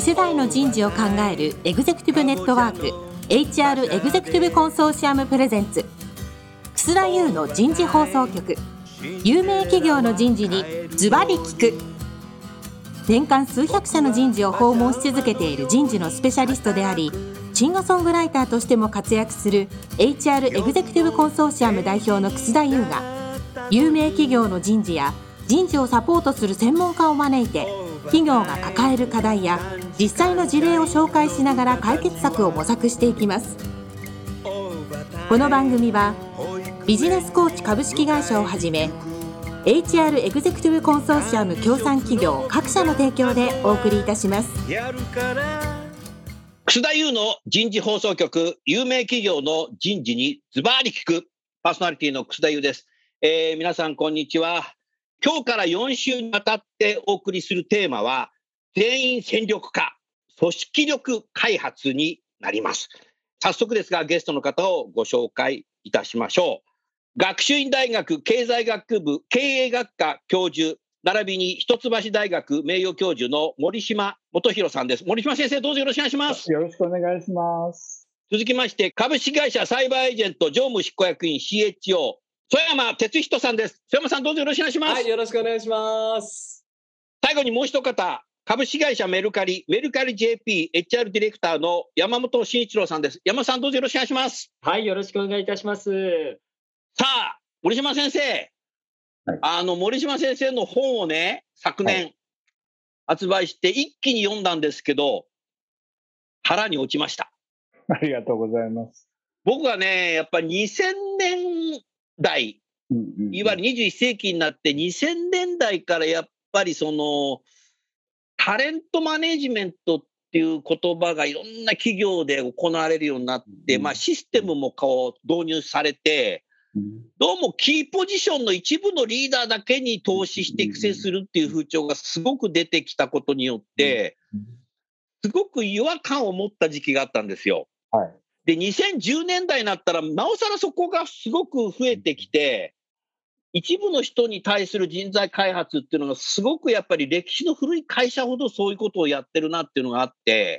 世代の人事を考えるエグゼクティブネットワーク HR エグゼクティブコンソーシアムプレゼンツ楠田優の人事放送局。有名企業の人事にズバリ聞く。年間数百社の人事を訪問し続けている人事のスペシャリストであり、シンガーソングライターとしても活躍する HR エグゼクティブコンソーシアム代表の楠田優が、有名企業の人事や人事をサポートする専門家を招いて、企業が抱える課題や実際の事例を紹介しながら解決策を模索していきます。この番組はビジネスコーチ株式会社をはじめ HR エグゼクティブコンソーシアム協賛企業各社の提供でお送りいたします。 楠田優の人事放送局、有名企業の人事にズバリ聞く。パーソナリティの楠田優です。皆さんこんにちは。今日から4週にわたってお送りするテーマは、全員戦力化、組織力開発になります。早速ですが、ゲストの方をご紹介いたしましょう。学習院大学経済学部経営学科教授、並びに一橋大学名誉教授の森島元弘さんです。森島先生、どうぞよろしくお願いします。 よろしくお願いします。 続きまして、株式会社サイバーエージェント常務執行役員 CHO、曽山哲人さんです。曽山さん、どうぞよろしくお願いします。 はい、よろしくお願いします。 最後にもう一方、株式会社メルカリ JP HR ディレクターの山本慎一郎さんです。山本さん、どうぞよろしくお願いします。 はい、よろしくお願いいたします。 さあ、森島先生、はい、森島先生の本をね、昨年発売して一気に読んだんですけど、腹に落ちました。 ありがとうございます。 僕はね、やっぱり2000年代、いわゆる21世紀になって2000年代からやっぱりそのタレントマネジメントっていう言葉がいろんな企業で行われるようになって、システムもこう導入されて、どうもキーポジションの一部のリーダーだけに投資して育成するっていう風潮がすごく出てきたことによって、すごく違和感を持った時期があったんですよ。 はい、 で、2010年代になったら、なおさらそこがすごく増えてきて、一部の人に対する人材開発っていうのがすごくやっぱり歴史の古い会社ほどそういうことをやってるなっていうのがあって、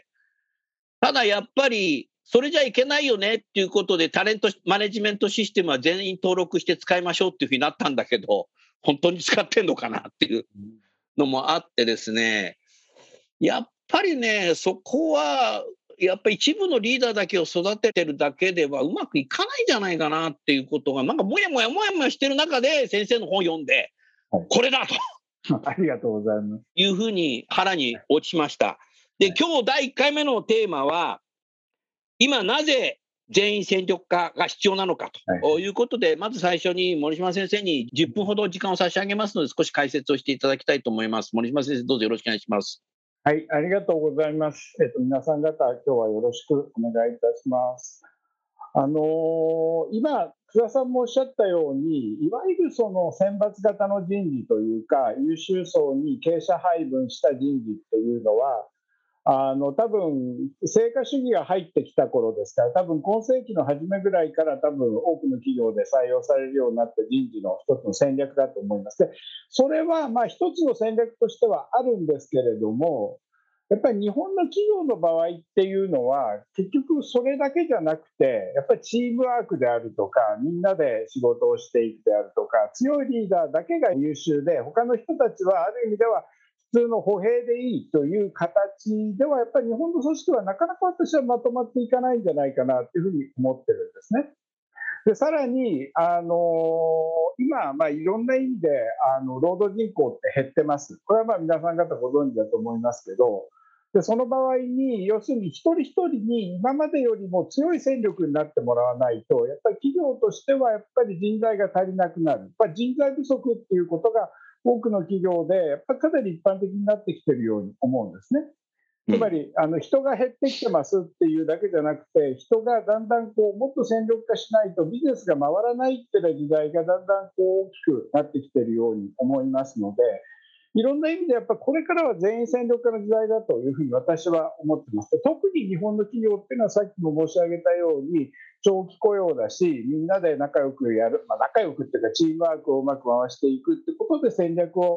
ただやっぱりそれじゃいけないよねっていうことでタレントマネジメントシステムは全員登録して使いましょうっていうふうになったんだけど、本当に使ってんのかなっていうのもあってですね、やっぱりね、そこはやっぱり一部のリーダーだけを育ててるだけではうまくいかないんじゃないかなっていうことが、なんかもやもやしてる中で先生の本を読んで、はい、これだとありがとうございます。 いうふうに腹に落ちました。で、今日第1回目のテーマは、今なぜ全員戦力化が必要なのかということで、まず最初に森島先生に10分ほど時間を差し上げますので、少し解説をしていただきたいと思います。森島先生、どうぞよろしくお願いします。 はい、ありがとうございます。皆さん方、今日はよろしくお願いいたします。今、津田さんもおっしゃったように、いわゆるその選抜型の人事というか、優秀層に傾斜配分した人事っていうのは、多分成果主義が入ってきた頃ですから、多分今世紀の初めぐらいから多分多くの企業で採用されるようになった人事の一つの戦略だと思います。で、それは一つの戦略としてはあるんですけれども、やっぱり日本の企業の場合っていうのは結局それだけじゃなくて、やっぱりチームワークであるとか、みんなで仕事をしていくであるとか、強いリーダーだけが優秀で、他の人たちはある意味では普通の歩兵でいいという形では、やっぱり日本の組織はなかなか私はまとまっていかないんじゃないかなというふうに思ってるんですね。で、さらに今、いろんな意味で労働人口って減ってます。これは皆さん方ご存知だと思いますけど、でその場合に要するに一人一人に今までよりも強い戦力になってもらわないと、やっぱり企業としてはやっぱり人材が足りなくなる。やっぱり人材不足っていうことが多くの企業でやっぱりかなり一般的になってきているように思うんですね。つまり人が減ってきてますっていうだけじゃなくて、人がだんだんもっと戦力化しないとビジネスが回らないっていう時代がだんだん大きくなってきているように思いますので、いろんな意味でやっぱりこれからは全員戦力化の時代だというふうに私は思ってます。特に日本の企業っていうのはさっきも申し上げたように長期雇用だし、みんなで仲良くやる、仲良くっていうかチームワークをうまく回していくってことで戦略を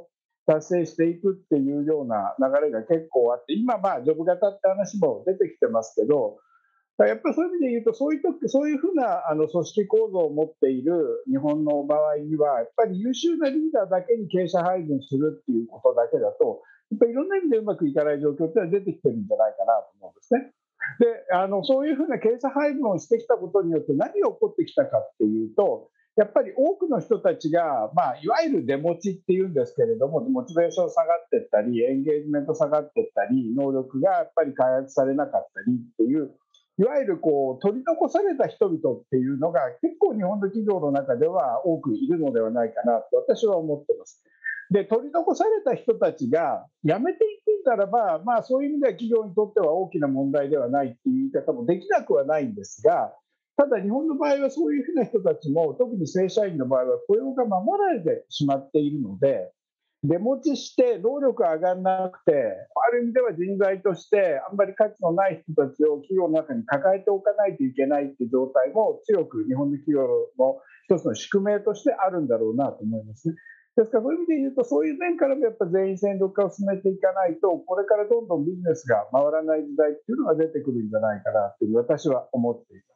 達成していくっていうような流れが結構あって、今、ジョブ型って話も出てきてますけど、やっぱりそういう意味で言うと、そういうふうな組織構造を持っている日本の場合には、やっぱり優秀なリーダーだけに経営者配分するっていうことだけだと、やっぱりいろんな意味でうまくいかない状況っていうのは出てきてるんじゃないかなと思うんですね。で、そういうふうな経営者配分をしてきたことによって何が起こってきたかっていうと、やっぱり多くの人たちが、いわゆる出持ちっていうんですけれども、モチベーション下がっていったり、エンゲージメント下がっていったり、能力がやっぱり開発されなかったりっていう、いわゆる取り残された人々っていうのが結構日本の企業の中では多くいるのではないかなと私は思ってます。で、取り残された人たちが辞めていくならば、そういう意味では企業にとっては大きな問題ではないっていう言い方もできなくはないんですが、ただ日本の場合はそういうふうな人たちも、特に正社員の場合は雇用が守られてしまっているので、出持ちして労力が上がらなくて、ある意味では人材としてあんまり価値のない人たちを企業の中に抱えておかないといけないという状態も強く日本の企業の一つの宿命としてあるんだろうなと思いますね。ですからそういう意味で言うと、そういう面からもやっぱ全員戦力化を進めていかないと、これからどんどんビジネスが回らない時代っていうのが出てくるんじゃないかなという私は思っています。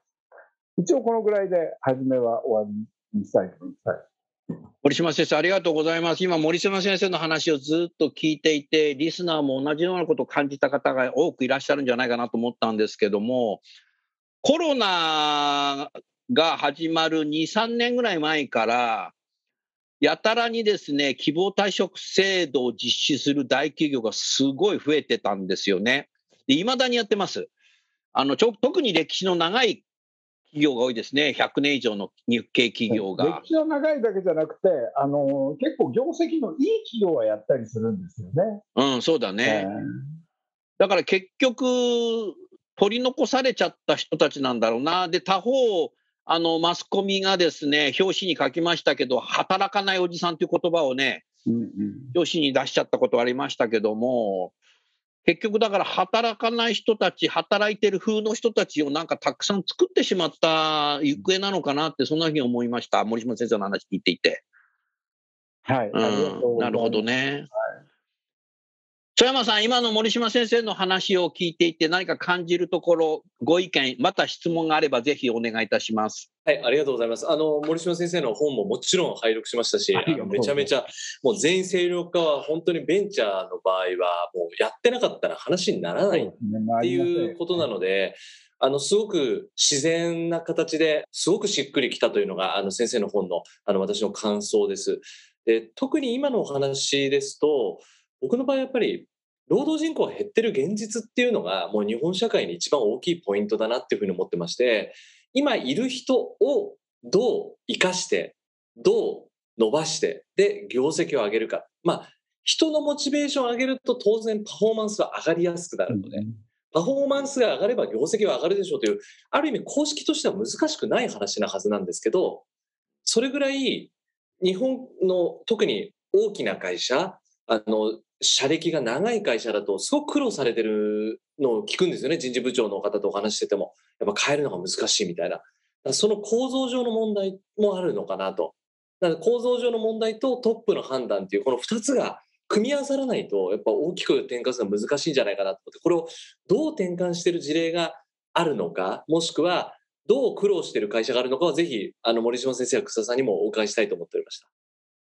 一応このぐらいで初めは終わりにしたいと思います。 森島先生、ありがとうございます。今、森島先生の話をずっと聞いていて、リスナーも同じようなことを感じた方が多くいらっしゃるんじゃないかなと思ったんですけども、コロナが始まる2、3年ぐらい前から、やたらにですね、希望退職制度を実施する大企業がすごい増えてたんですよね。で、未だにやってます。特に歴史の長い企業が多いですね。100年以上の日系企業が。 歴史の長いだけじゃなくて、結構業績のいい企業はやったりするんですよね。 うん、そうだね。だから結局、取り残されちゃった人たちなんだろうな。で、他方、マスコミがですね、表紙に書きましたけど、働かないおじさんという言葉をね、表紙に出しちゃったことありましたけども、結局だから働かない人たち、働いてる風の人たちをなんかたくさん作ってしまった行方なのかなって、そんなふうに思いました。森島先生の話聞いていて。 はい、ありがとうございます。 なるほどね。曽山さん、今の森島先生の話を聞いていて何か感じるところ、ご意見、また質問があればぜひお願いいたします。 はい、ありがとうございます。森島先生の本ももちろん拝読しましたし、めちゃめちゃ、もう全員勢力化は本当にベンチャーの場合は、もうやってなかったら話にならないっていうことなので、すごく自然な形ですごくしっくりきたというのが、先生の本の、私の感想です。で、特に今のお話ですと、僕の場合やっぱり、労働人口が減ってる現実っていうのが、もう日本社会に一番大きいポイントだなっていうふうに思ってまして、今いる人をどう生かして、どう伸ばして、で、業績を上げるか。人のモチベーションを上げると当然パフォーマンスは上がりやすくなるので、パフォーマンスが上がれば業績は上がるでしょうという、ある意味公式としては難しくない話なはずなんですけど、それぐらい日本の特に大きな会社、社歴が長い会社だとすごく苦労されてるのを聞くんですよね。人事部長の方とお話してても、やっぱ変えるのが難しいみたいな。その構造上の問題もあるのかなと。だから構造上の問題とトップの判断っていうこの2つが組み合わさらないとやっぱ大きく転換するのは難しいんじゃないかなと思って、これをどう転換している事例があるのか、もしくはどう苦労している会社があるのかはぜひ森島先生や草さんにもお伺いしたいと思っておりました。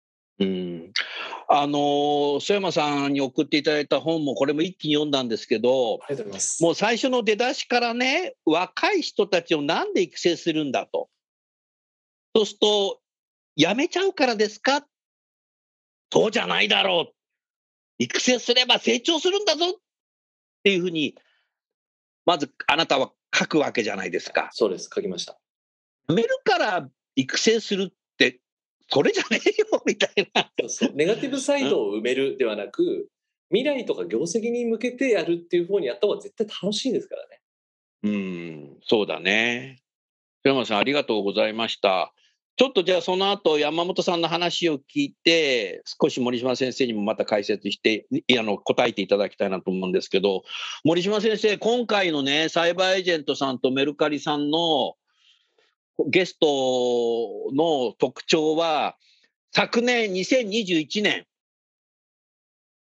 曽山さんに送っていただいた本もこれも一気に読んだんですけど、 ありがとうございます。 もう最初の出だしからね、若い人たちをなんで育成するんだと。そうすると、辞めちゃうからですか？そうじゃないだろう。育成すれば成長するんだぞっていうふうに、まずあなたは書くわけじゃないですか。 そうです、書きました。 辞めるから育成するってそれじゃねえよみたいな。 そうネガティブサイドを埋めるではなく、未来とか業績に向けてやるっていう方にやった方が絶対楽しいですからね。 そうだね。山さんありがとうございました。ちょっとじゃあその後山本さんの話を聞いて少し森島先生にもまた解説して答えていただきたいなと思うんですけど、森島先生、今回のねサイバーエージェントさんとメルカリさんのゲストの特徴は、昨年2021年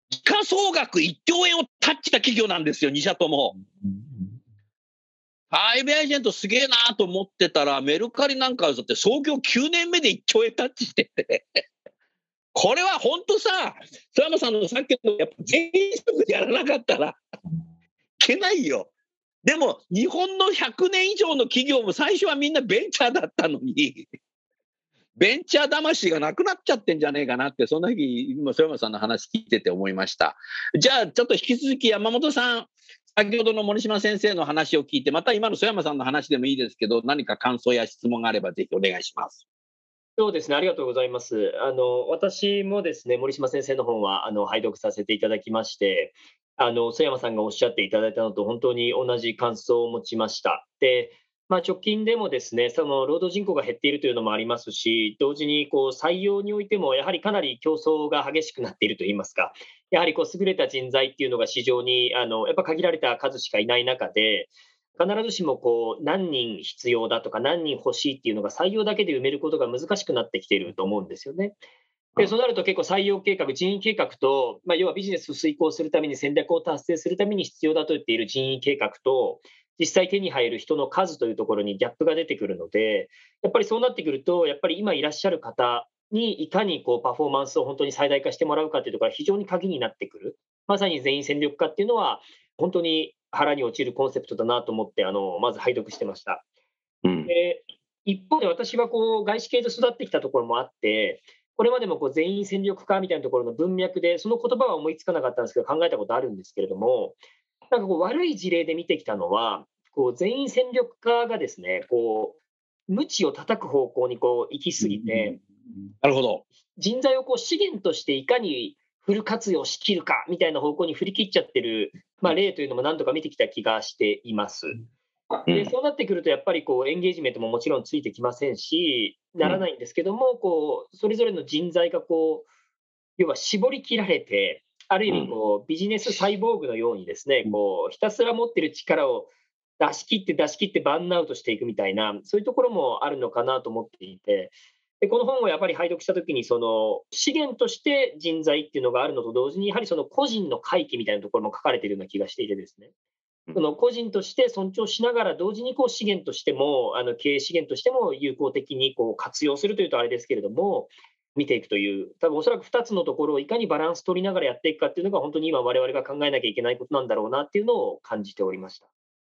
時価総額1兆円をタッチした企業なんですよ、2社とも。5エージェントすげえなと思ってたら、メルカリなんかだって創業9年目で1兆円タッチしてて。これは本当さ、曽山さんのさっきのやっぱ全員職でやらなかったらいけないよ。でも日本の100年以上の企業も最初はみんなベンチャーだったのに、ベンチャー魂がなくなっちゃってんじゃねえかなって、そんな日今曽山さんの話聞いてて思いました。じゃあちょっと引き続き山本さん、先ほどの森島先生の話を聞いて、また今の曽山さんの話でもいいですけど、何か感想や質問があればぜひお願いします。 そうですね、ありがとうございます。私もですね、森島先生の本は拝読させていただきまして、曽山さんがおっしゃっていただいたのと本当に同じ感想を持ちました。で、直近でもですね、その労働人口が減っているというのもありますし、同時に採用においてもやはりかなり競争が激しくなっているといいますか、やはり優れた人材っていうのが市場にやっぱ限られた数しかいない中で、必ずしも何人必要だとか何人欲しいっていうのが採用だけで埋めることが難しくなってきていると思うんですよね。でそうなると結構採用計画、人員計画と、要はビジネスを遂行するために戦略を達成するために必要だと言っている人員計画と、実際手に入る人の数というところにギャップが出てくるので、やっぱりそうなってくると、やっぱり今いらっしゃる方にいかにパフォーマンスを本当に最大化してもらうかというところが非常に鍵になってくる。まさに全員戦力化っていうのは、本当に腹に落ちるコンセプトだなと思って、まず拝読してました。で一方で私は外資系で育ってきたところもあって、これまでも全員戦力化みたいなところの文脈で、その言葉は思いつかなかったんですけど、考えたことあるんですけれども、なんか悪い事例で見てきたのは、全員戦力化がですね、無知を叩く方向に行き過ぎて、 なるほど。 人材を資源としていかにフル活用しきるかみたいな方向に振り切っちゃってる、例というのも何度か見てきた気がしています。でそうなってくると、やっぱりエンゲージメントももちろんついてきませんし、ならないんですけども、それぞれの人材が要は絞り切られて、ある意味ビジネスサイボーグのようにですね、ひたすら持ってる力を出し切ってバーンアウトしていくみたいな、そういうところもあるのかなと思っていて、でこの本をやっぱり拝読したときに、その資源として人材っていうのがあるのと同時に、やはりその個人の回帰みたいなところも書かれているような気がしていてですね、その個人として尊重しながら、同時に資源としても、経営資源としても有効的に活用するというとあれですけれども、見ていくという、多分おそらく2つのところをいかにバランス取りながらやっていくかっていうのが、本当に今我々が考えなきゃいけないことなんだろうなっていうのを感じておりました。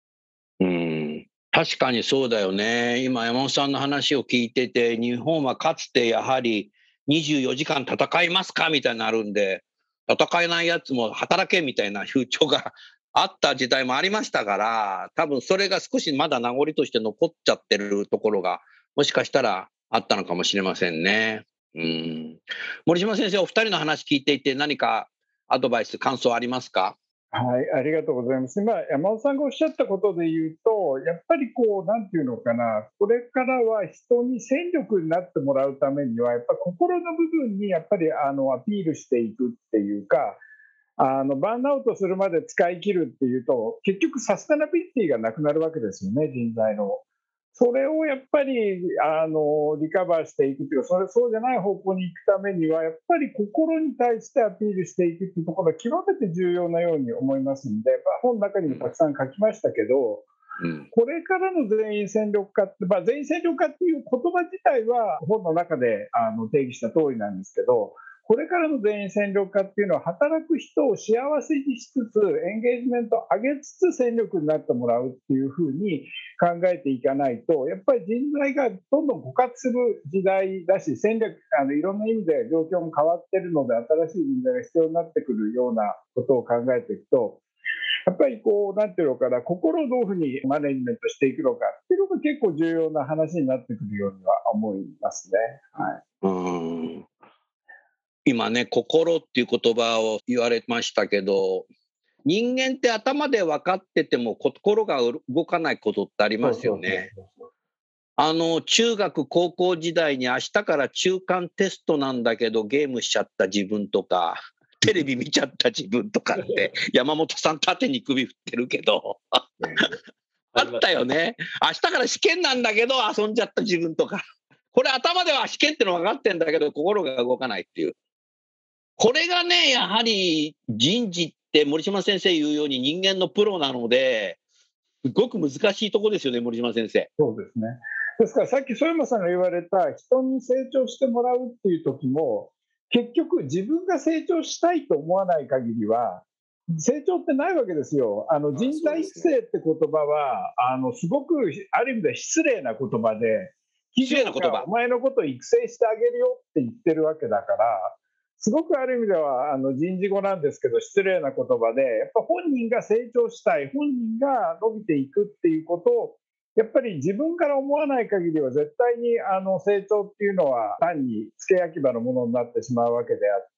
確かにそうだよね。今山本さんの話を聞いてて、日本はかつてやはり24時間戦いますかみたいになるんで、戦えないやつも働けみたいな風潮があった時代もありましたから、多分それが少しまだ名残として残っちゃってるところがもしかしたらあったのかもしれませんね。森島先生、お二人の話聞いていて何かアドバイス、感想ありますか？ はい、ありがとうございます。今、山本さんがおっしゃったことで言うと、やっぱりなんていうのかな、これからは人に戦力になってもらうためには、やっぱり心の部分にやっぱりアピールしていくっていうか、バーンアウトするまで使い切るっていうと、結局サステナビリティがなくなるわけですよね、人材の。それをやっぱりリカバーしていくというか、そうじゃない方向に行くためには、やっぱり心に対してアピールしていくというところが極めて重要なように思いますので、本の中にもたくさん書きましたけど、これからの全員戦力化って、全員戦力化っていう言葉自体は本の中で定義した通りなんですけど、これからの全員戦力化っていうのは、働く人を幸せにしつつ、エンゲージメントを上げつつ戦力になってもらうっていうふうに考えていかないと、やっぱり人材がどんどん枯渇する時代だし、戦略いろんな意味で状況も変わってるので、新しい人材が必要になってくるようなことを考えていくと、やっぱりなんていうのかな、心をどういうふうにマネジメントしていくのかっていうのが結構重要な話になってくるようには思いますね。はい。 今ね、心っていう言葉を言われましたけど、人間って頭で分かってても心が動かないことってありますよね。中学高校時代に明日から中間テストなんだけどゲームしちゃった自分とか、テレビ見ちゃった自分とかって山本さん縦に首振ってるけどあったよね。明日から試験なんだけど遊んじゃった自分とか、これ頭では試験っての分かってんだけど心が動かないっていう。 これがね、やはり人事って森島先生言うように人間のプロなので、すごく難しいところですよね、森島先生。 そうですね。ですからさっき曽山さんが言われた人に成長してもらうっていう時も、結局自分が成長したいと思わない限りは成長ってないわけですよ。人材育成って言葉はすごくある意味で失礼な言葉で、企業がお前のことを育成してあげるよって言ってるわけだから、すごくある意味では人事語なんですけど失礼な言葉で、やっぱ本人が成長したい、本人が伸びていくっていうことをやっぱり自分から思わない限りは絶対に成長っていうのは単に付け焼き場のものになってしまうわけであって、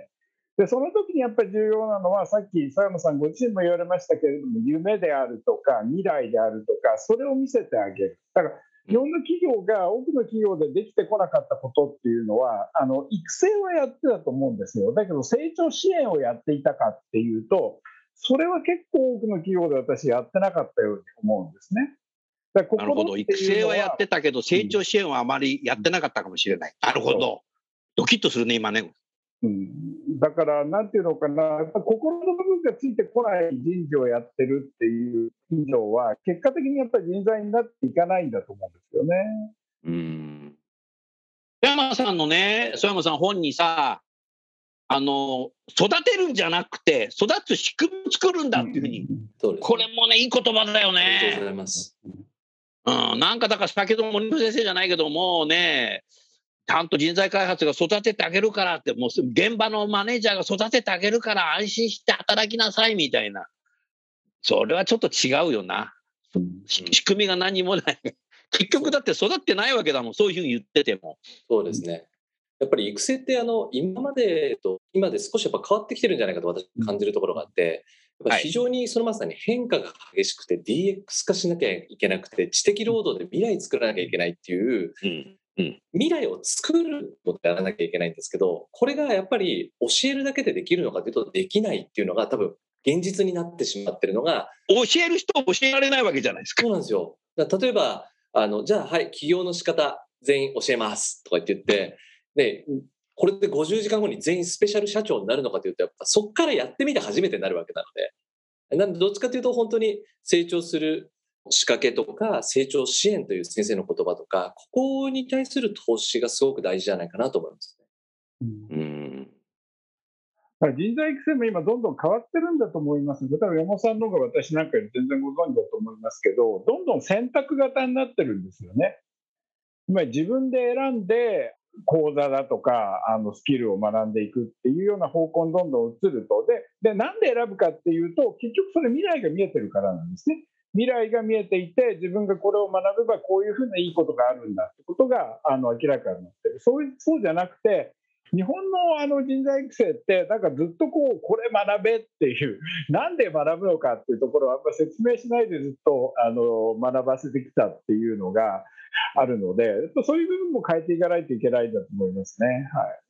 でその時にやっぱり重要なのは、さっき佐山さんご自身も言われましたけれども、夢であるとか未来であるとか、それを見せてあげる。だから日本の企業が多くの企業でできてこなかったことっていうのは育成はやってたと思うんですよ。だけど成長支援をやっていたかっていうと、それは結構多くの企業で私やってなかったように思うんですね。 なるほど、育成はやってたけど成長支援はあまりやってなかったかもしれない。なるほど、ドキッとするね今ね。 だからなんていうのかな、やっぱ心の部分がついてこない人事をやってるっていう以上は、結果的にやっぱり人材になっていかないんだと思うんですよね。 曽山さんのね、曽山さん本にさ、育てるんじゃなくて育つ仕組みを作るんだっていうふうに、これもねいい言葉だよね。 ありがとうございます。 なんかだから先ほど森野先生じゃないけどもね、ちゃんと人材開発が育ててあげるからって、もう現場のマネージャーが育ててあげるから安心して働きなさいみたいな、それはちょっと違うよな。仕組みが何もない結局だって育ってないわけだもん、そういうふうに言ってても。 そうですね。やっぱり育成って今までと今で少しやっぱ変わってきてるんじゃないかと私感じるところがあって、やっぱ非常にそのまさに変化が激しくて DX 化しなきゃいけなくて、知的労働で未来作らなきゃいけないっていう、未来を作ることをやらなきゃいけないんですけど、これがやっぱり教えるだけでできるのかというとできないっていうのが多分現実になってしまってるのが、 教える人を教えられないわけじゃないですか。 そうなんですよ。例えばじゃあはい起業の仕方全員教えますとか言ってでこれで50時間後に全員スペシャル社長になるのかというと、やっぱそこからやってみて初めてなるわけなので、なのでどっちかというと本当に成長する仕掛けとか成長支援という先生の言葉とか、ここに対する投資がすごく大事じゃないかなと思いますね。 人材育成も今どんどん変わってるんだと思います。例えば山本さんの方が私なんかより全然ご存知だと思いますけど、どんどん選択型になってるんですよね。今自分で選んで講座だとかスキルを学んでいくっていうような方向にどんどん移ると、でなんで選ぶかっていうと、結局それ未来が見えてるからなんですね。未来が見えていて、自分がこれを学べばこういうふうないいことがあるんだってことが明らかになってる。そうじゃなくて、日本の人材育成ってなんかずっとこれ学べっていうなんで学ぶのかっていうところをあんまり説明しないでずっと学ばせてきたっていうのがあるので、そういう部分も変えていかないといけないんだと思いますね。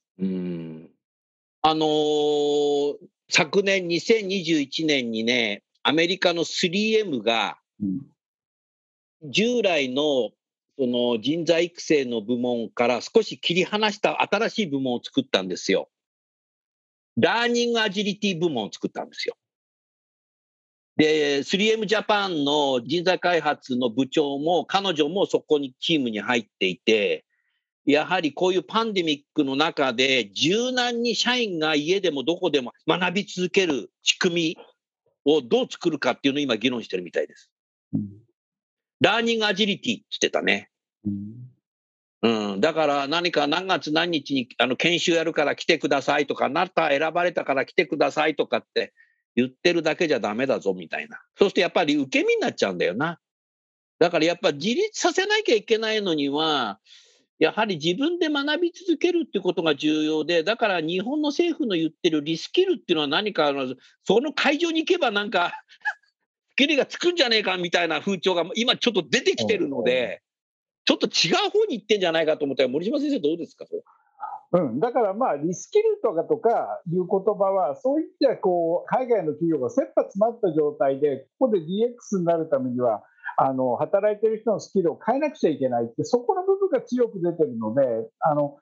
昨年2021年にね、アメリカの 3M が従来のその人材育成の部門から少し切り離した新しい部門を作ったんですよ。ラーニングアジリティ部門を作ったんですよ。で、3M ジャパンの人材開発の部長も彼女もそこにチームに入っていて、やはりこういうパンデミックの中で柔軟に社員が家でもどこでも学び続ける仕組みをどう作るかっていうのを今議論してるみたいです。ラーニングアジリティって言ってたね。だから何月何日に研修やるから来てくださいとか、あなた選ばれたから来てくださいとかって言ってるだけじゃダメだぞみたいな。そうするとやっぱり受け身になっちゃうんだよな。だからやっぱ自立させなきゃいけないのには、やはり自分で学び続けるってことが重要で、だから日本の政府の言ってるリスキルっていうのは何か、その会場に行けばなんかスキルがつくんじゃねえかみたいな風潮が今ちょっと出てきてるので、ちょっと違う方に行ってんじゃないかと思ったら、森島先生どうですか？ だからリスキルとかいう言葉は、そういった海外の企業が切羽詰まった状態で、ここで DX になるためには働いてる人のスキルを変えなくちゃいけないって、そこの部分が強く出てるので、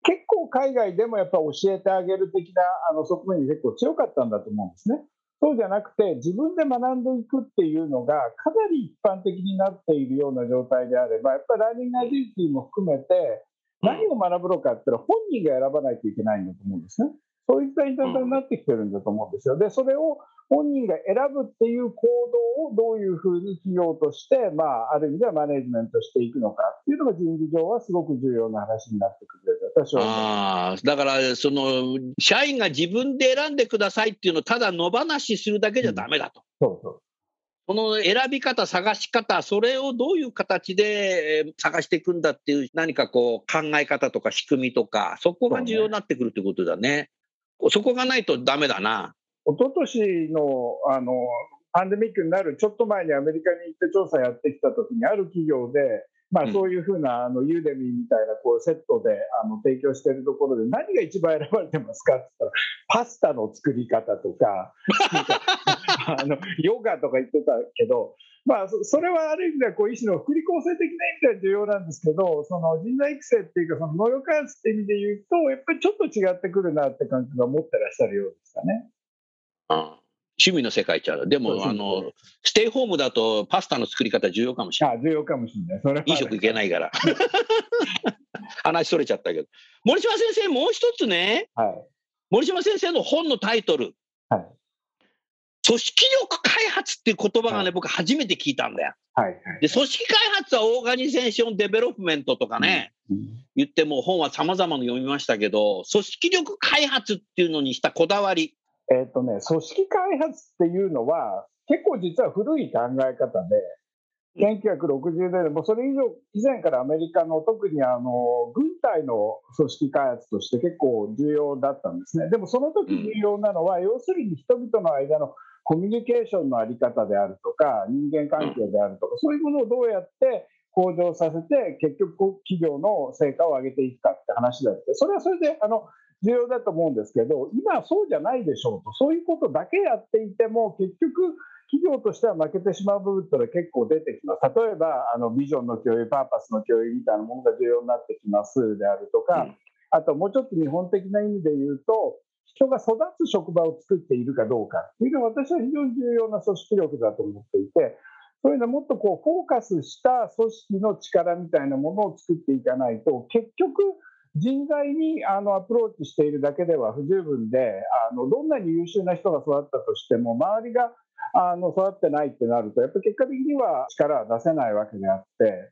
結構海外でもやっぱ教えてあげる的な側面に結構強かったんだと思うんですね。そうじゃなくて自分で学んでいくっていうのがかなり一般的になっているような状態であれば、やっぱりラーニングアジリティも含めて何を学ぶのかっていうのは本人が選ばないといけないんだと思うんですね。そういった言い方になってきてるんだと思うんですよ。で、それを本人が選ぶっていう行動をどういうふうに企業として、ある意味ではマネジメントしていくのかっていうのが人事上はすごく重要な話になってくると私は思います。 だからその社員が自分で選んでくださいっていうのをただ野放しするだけじゃダメだと。 そうそう。 この選び方、探し方、それをどういう形で探していくんだっていう何かこう考え方とか仕組みとか、そこが重要になってくるってことだね。そこがないとダメだな。 一昨年のパンデミックになるちょっと前にアメリカに行って調査やってきた時にある企業で、そういうふうなユーデミーみたいなこうセットで提供しているところで何が一番選ばれてますかって言ったらパスタの作り方とかヨガとか言ってたけど、それはある意味ではこう医師の福利厚生的な意味では重要なんですけど、その人材育成っていうかその能力開発っていう意味で言うとやっぱりちょっと違ってくるなって感覚が持ってらっしゃるようですかね。 趣味の世界ちゃう。でもステイホームだとパスタの作り方重要かもしれない。 重要かもしれない。それ飲食行けないから話それちゃったけど、森島先生もう一つね、森島先生の本のタイトル、組織力開発っていう言葉がね、僕初めて聞いたんだよ。で、組織開発はオーガニゼーションデベロップメントとかね、言っても本は様々な読みましたけど、組織力開発っていうのにしたこだわり。 組織開発っていうのは結構実は古い考え方で、1960年代もそれ以前からアメリカの特に軍隊の組織開発として結構重要だったんですね。でもその時重要なのは、要するに人々の間のコミュニケーションのあり方であるとか人間関係であるとか、そういうものをどうやって向上させて結局企業の成果を上げていくかって話だって、それはそれで重要だと思うんですけど、今はそうじゃないでしょうと。そういうことだけやっていても結局企業としては負けてしまう部分というのは結構出てきます。例えばビジョンの共有、パーパスの共有みたいなものが重要になってきますであるとか、あともうちょっと日本的な意味で言うと、人が育つ職場を作っているかどうかっていうのは私は非常に重要な組織力だと思っていて、そういうのはもっとこうフォーカスした組織の力みたいなものを作っていかないと、結局人材にアプローチしているだけでは不十分で、どんなに優秀な人が育ったとしても周りが育ってないってなると、やっぱり結果的には力は出せないわけであって、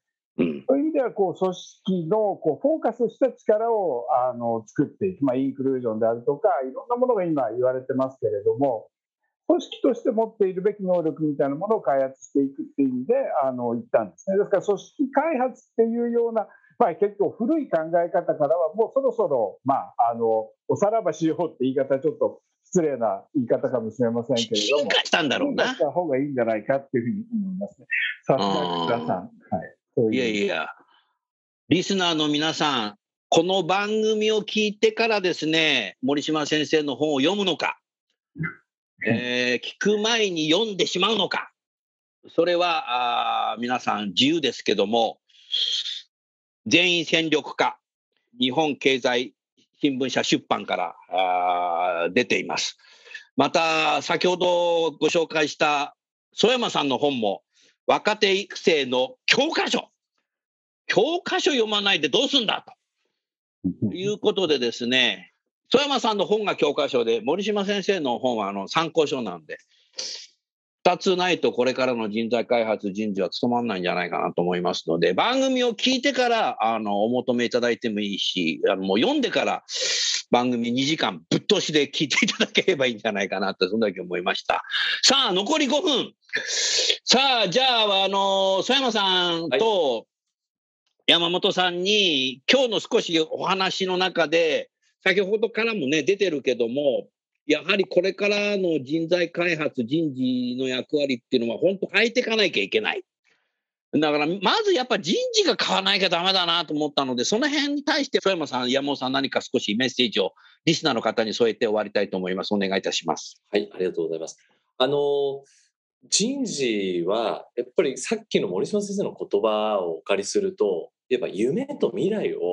そういう意味ではこう組織のこうフォーカスした力を作っていく、インクルージョンであるとかいろんなものが今言われてますけれども、組織として持っているべき能力みたいなものを開発していくっていう意味で言ったんですね。ですから組織開発っていうような結構古い考え方からはもうそろそろおさらばしようって言い方ちょっと失礼な言い方かもしれませんけれども、 進化したんだろうな。 進化した方がいいんじゃないかっていうふうに思いますね。さすが福田さん。 いやいや、リスナーの皆さん、この番組を聞いてからですね、森島先生の本を読むのか、聞く前に読んでしまうのか、それは皆さん自由ですけども、全員戦力化、日本経済新聞社出版から出ています。また先ほどご紹介した曽山さんの本も若手育成の教科書読まないでどうすんだということでですね、曽山さんの本が教科書で森島先生の本は参考書なんで、2つないとこれからの人材開発人事は務まらないんじゃないかなと思いますので、番組を聞いてからお求めいただいてもいいし、もう読んでから番組2時間ぶっ通しで聞いていただければいいんじゃないかなと、そんだけ思いました。さあ残り5分。さあじゃあ曽山さんと山本さんに今日の少しお話の中で、先ほどからもね出てるけども、やはりこれからの人材開発人事の役割っていうのは本当変えていかなきゃいけない。だからまずやっぱ人事が変わらなきゃダメだなと思ったので、その辺に対して曽山さん、山本さん、何か少しメッセージをリスナーの方に添えて終わりたいと思います。お願いいたします。 はい、ありがとうございます。人事はやっぱりさっきの森島先生の言葉をお借りすると、やっぱ夢と未来を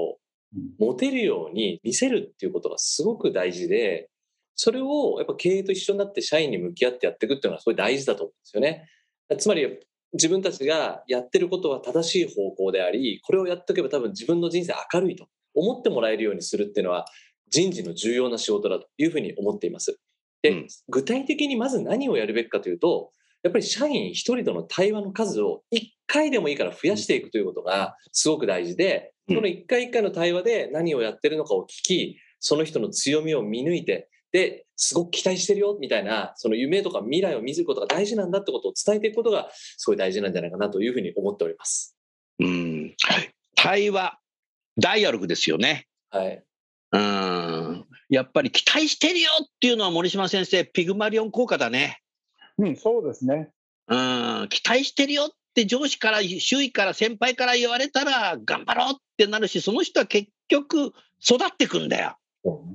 持てるように見せるっていうことがすごく大事で、それをやっぱ経営と一緒になって社員に向き合ってやっていくっていうのはすごい大事だと思うんですよね。つまり自分たちがやってることは正しい方向であり、これをやっておけば多分自分の人生明るいと思ってもらえるようにするっていうのは人事の重要な仕事だというふうに思っています。で、具体的にまず何をやるべきかというと、やっぱり社員一人との対話の数を1回でもいいから増やしていくということがすごく大事で、その1回1回の対話で何をやってるのかを聞き、その人の強みを見抜いて、ですごく期待してるよみたいな、その夢とか未来を見ることが大事なんだってことを伝えていくことがすごい大事なんじゃないかなというふうに思っております。 対話、ダイアログですよね。 はい。 やっぱり期待してるよっていうのは森島先生、ピグマリオン効果だね。 そうですね。 期待してるよって上司から周囲から先輩から言われたら頑張ろうってなるし、その人は結局育ってくんだよ。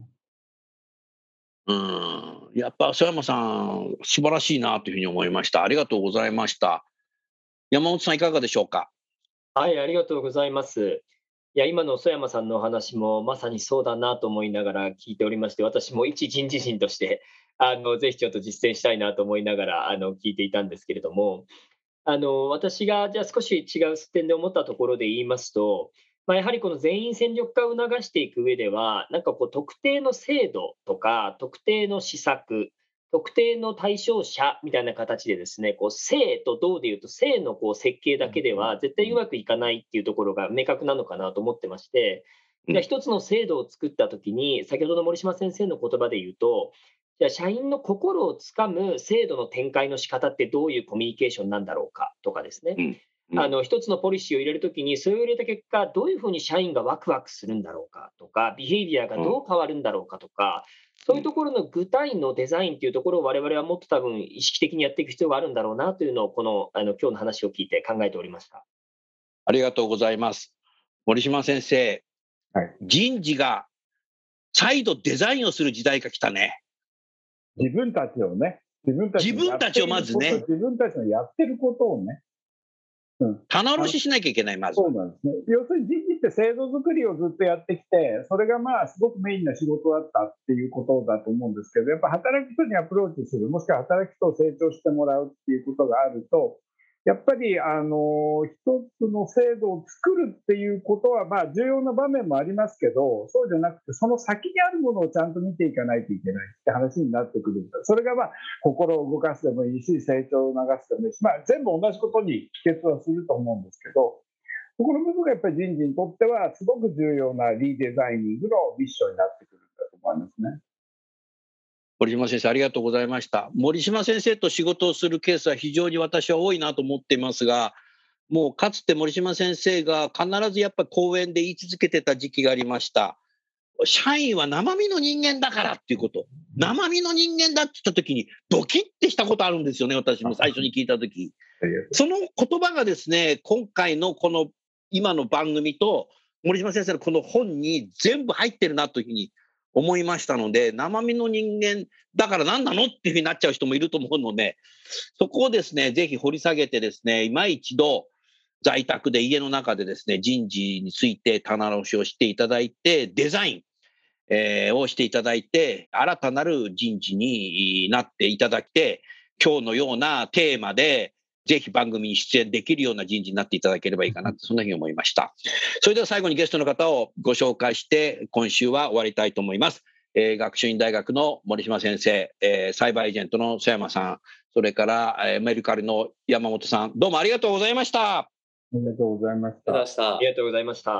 やっぱ曽山さん素晴らしいなというふうに思いました。ありがとうございました。山本さんいかがでしょうか。 はい、ありがとうございます。いや、今の曽山さんのお話もまさにそうだなと思いながら聞いておりまして、私も一人事人としてぜひちょっと実践したいなと思いながら聞いていたんですけれども、私がじゃあ少し違う視点で思ったところで言いますと、やはりこの全員戦力化を促していく上では、なんかこう特定の制度とか特定の施策、特定の対象者みたいな形でですね、こう正と動でいうと正のこう設計だけでは絶対うまくいかないっていうところが明確なのかなと思ってまして、じゃあ一つの制度を作ったときに、先ほどの森島先生の言葉で言うと、じゃあ社員の心をつかむ制度の展開の仕方ってどういうコミュニケーションなんだろうかとかですね、一つのポリシーを入れるときに、それを入れた結果、どういうふうに社員がワクワクするんだろうかとか、ビヘイビアがどう変わるんだろうかとか、そういうところの具体のデザインというところを我々はもっと多分意識的にやっていく必要があるんだろうなというのを今日の話を聞いて考えておりました。 ありがとうございます。森島先生、人事が再度デザインをする時代が来たね。 自分たちをね、 自分たちをまずね、 自分たちのやってることをね、 棚卸ししなきゃいけない、まず。 そうなんですね。要するに人事って制度作りをずっとやってきて、それがすごくメインな仕事だったっていうことだと思うんですけど、やっぱ働く人にアプローチする、もしくは働く人を成長してもらうっていうことがあると、やっぱり一つの制度を作るっていうことは重要な場面もありますけど、そうじゃなくてその先にあるものをちゃんと見ていかないといけないって話になってくるんだ。それが心を動かすでもいいし、成長を促すでもいいし、全部同じことに帰結はすると思うんですけど、そこの部分がやっぱり人事にとってはすごく重要なリデザイニングのミッションになってくるんだと思いますね。 森島先生ありがとうございました。森島先生と仕事をするケースは非常に私は多いなと思っていますが、もうかつて森島先生が必ずやっぱり講演で言い続けてた時期がありました。社員は生身の人間だからっていうこと。生身の人間だって言った時にドキッてしたことあるんですよね。私も最初に聞いた時。その言葉がですね、今回のこの今の番組と森島先生のこの本に全部入ってるなというふうに思いましたので、生身の人間だから何なのっていうふうになっちゃう人もいると思うので、そこをですね、ぜひ掘り下げてですね、今一度在宅で家の中でですね、人事について棚卸しをしていただいて、デザイン、をしていただいて、新たなる人事になっていただいて、今日のようなテーマでぜひ番組に出演できるような人事になっていただければいいかなと、そんなふうに思いました。それでは最後にゲストの方をご紹介して今週は終わりたいと思います。学習院大学の森島先生、サイバーエージェントの曽山さん、それからメルカリの山本さん、どうもありがとうございました。 ありがとうございました。 ありがとうございました。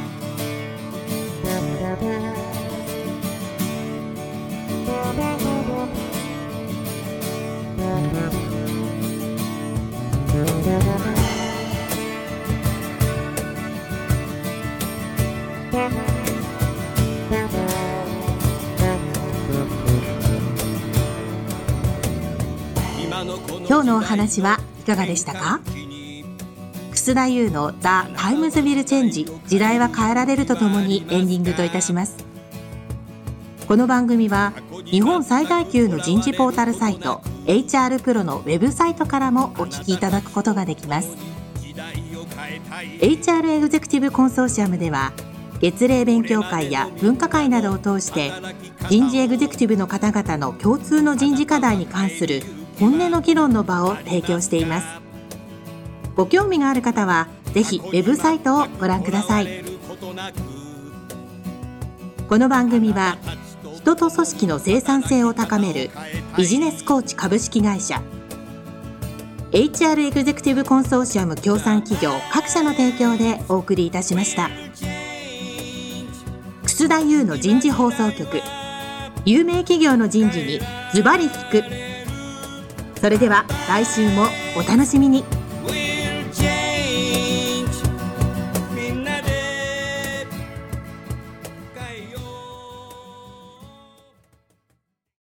今日のお話はいかがでしたか？楠田優の The Times Will Change 時代は変えられるとともにエンディングといたします。この番組は日本最大級の人事ポータルサイト HR プロのウェブサイトからもお聞きいただくことができます。HR エグゼクティブコンソーシアムでは月例勉強会や分科会などを通して人事エグゼクティブの方々の共通の人事課題に関する本音の議論の場を提供しています。ご興味がある方はぜひウェブサイトをご覧ください。この番組は人と組織の生産性を高めるビジネスコーチ株式会社 HR エグゼクティブコンソーシアム協賛企業各社の提供でお送りいたしました。楠田優の人事放送局、有名企業の人事にズバリ聞く。それでは来週もお楽しみに。